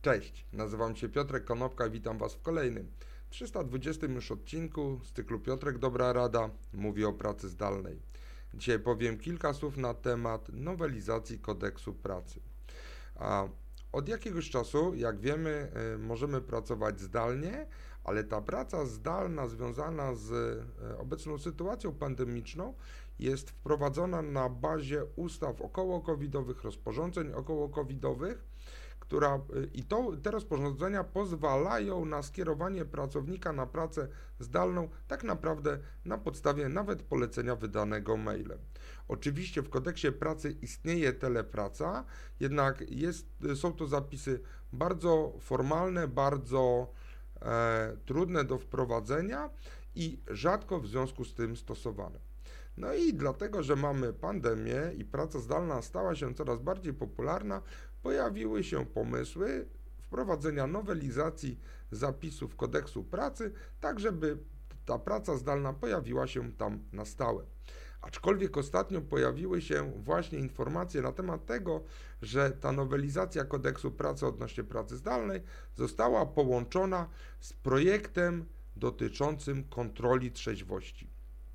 Cześć, nazywam się Piotrek Konopka i witam Was w kolejnym 320 już odcinku z cyklu Piotrek Dobra Rada mówi o pracy zdalnej. Dzisiaj powiem kilka słów na temat nowelizacji kodeksu pracy. Od jakiegoś czasu, jak wiemy, możemy pracować zdalnie, ale ta praca zdalna związana z obecną sytuacją pandemiczną jest wprowadzona na bazie ustaw około-covidowych, rozporządzeń około-covidowych, te rozporządzenia pozwalają na skierowanie pracownika na pracę zdalną tak naprawdę na podstawie nawet polecenia wydanego mailem. Oczywiście w kodeksie pracy istnieje telepraca, jednak są to zapisy bardzo formalne, bardzo trudne do wprowadzenia i rzadko w związku z tym stosowane. No i dlatego, że mamy pandemię i praca zdalna stała się coraz bardziej popularna, pojawiły się pomysły wprowadzenia nowelizacji zapisów kodeksu pracy, tak żeby ta praca zdalna pojawiła się tam na stałe. Aczkolwiek ostatnio pojawiły się właśnie informacje na temat tego, że ta nowelizacja kodeksu pracy odnośnie pracy zdalnej została połączona z projektem dotyczącym kontroli trzeźwości.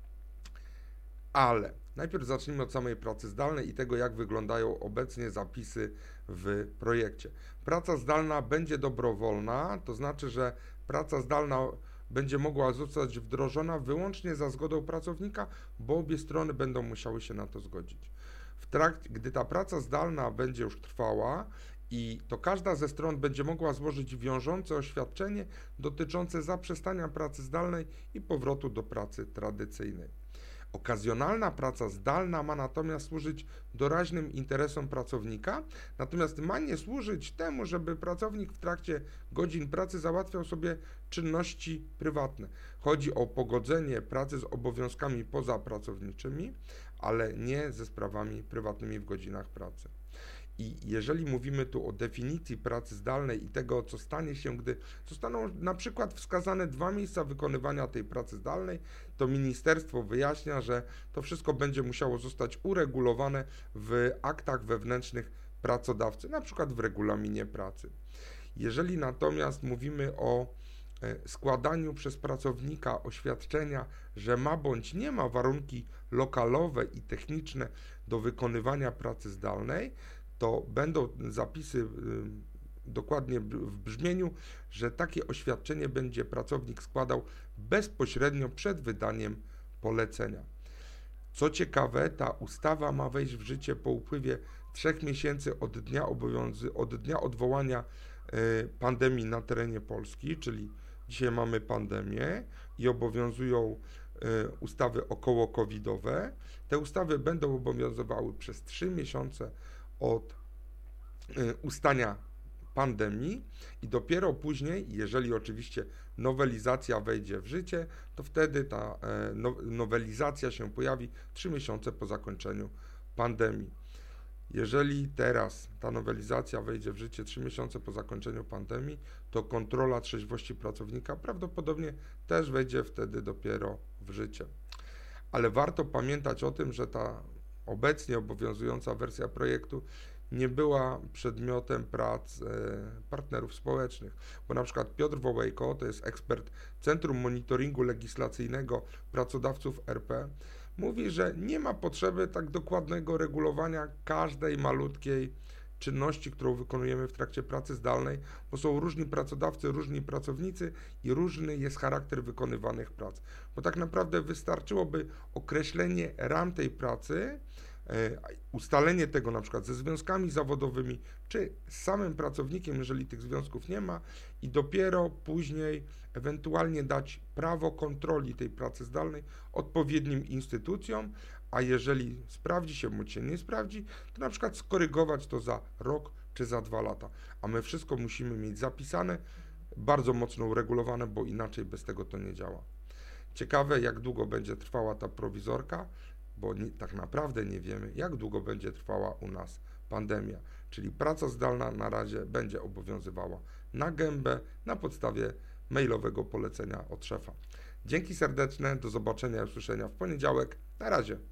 Ale najpierw zacznijmy od samej pracy zdalnej i tego, jak wyglądają obecnie zapisy w projekcie. Praca zdalna będzie dobrowolna, to znaczy, że praca zdalna będzie mogła zostać wdrożona wyłącznie za zgodą pracownika, bo obie strony będą musiały się na to zgodzić. Gdy ta praca zdalna będzie już trwała, to każda ze stron będzie mogła złożyć wiążące oświadczenie dotyczące zaprzestania pracy zdalnej i powrotu do pracy tradycyjnej. Okazjonalna praca zdalna ma natomiast służyć doraźnym interesom pracownika, natomiast ma nie służyć temu, żeby pracownik w trakcie godzin pracy załatwiał sobie czynności prywatne. Chodzi o pogodzenie pracy z obowiązkami pozapracowniczymi, ale nie ze sprawami prywatnymi w godzinach pracy. I jeżeli mówimy tu o definicji pracy zdalnej i tego, co stanie się, gdy zostaną na przykład wskazane 2 miejsca wykonywania tej pracy zdalnej, to ministerstwo wyjaśnia, że to wszystko będzie musiało zostać uregulowane w aktach wewnętrznych pracodawcy, na przykład w regulaminie pracy. Jeżeli natomiast mówimy o składaniu przez pracownika oświadczenia, że ma bądź nie ma warunki lokalowe i techniczne do wykonywania pracy zdalnej, to będą zapisy dokładnie w brzmieniu, że takie oświadczenie będzie pracownik składał bezpośrednio przed wydaniem polecenia. Co ciekawe, ta ustawa ma wejść w życie po upływie 3 miesięcy od dnia odwołania pandemii na terenie Polski, czyli dzisiaj mamy pandemię i obowiązują ustawy około-covidowe. Te ustawy będą obowiązywały przez 3 miesiące od ustania pandemii i dopiero później, jeżeli oczywiście nowelizacja wejdzie w życie, to wtedy ta nowelizacja się pojawi 3 miesiące po zakończeniu pandemii. Jeżeli teraz ta nowelizacja wejdzie w życie 3 miesiące po zakończeniu pandemii, to kontrola trzeźwości pracownika prawdopodobnie też wejdzie wtedy dopiero w życie. Ale warto pamiętać o tym, że ta obecnie obowiązująca wersja projektu nie była przedmiotem prac partnerów społecznych, bo na przykład Piotr Wołejko, to jest ekspert Centrum Monitoringu Legislacyjnego Pracodawców RP, mówi, że nie ma potrzeby tak dokładnego regulowania każdej malutkiej czynności, którą wykonujemy w trakcie pracy zdalnej, bo są różni pracodawcy, różni pracownicy i różny jest charakter wykonywanych prac. Bo tak naprawdę wystarczyłoby określenie ram tej pracy, ustalenie tego na przykład ze związkami zawodowymi, czy z samym pracownikiem, jeżeli tych związków nie ma, i dopiero później ewentualnie dać prawo kontroli tej pracy zdalnej odpowiednim instytucjom, a jeżeli sprawdzi się bądź się nie sprawdzi, to na przykład skorygować to za rok czy za 2 lata. A my wszystko musimy mieć zapisane, bardzo mocno uregulowane, bo inaczej bez tego to nie działa. Ciekawe, jak długo będzie trwała ta prowizorka, bo tak naprawdę nie wiemy, jak długo będzie trwała u nas pandemia, czyli praca zdalna na razie będzie obowiązywała na gębę na podstawie mailowego polecenia od szefa. Dzięki serdeczne, do zobaczenia i usłyszenia w poniedziałek. Na razie.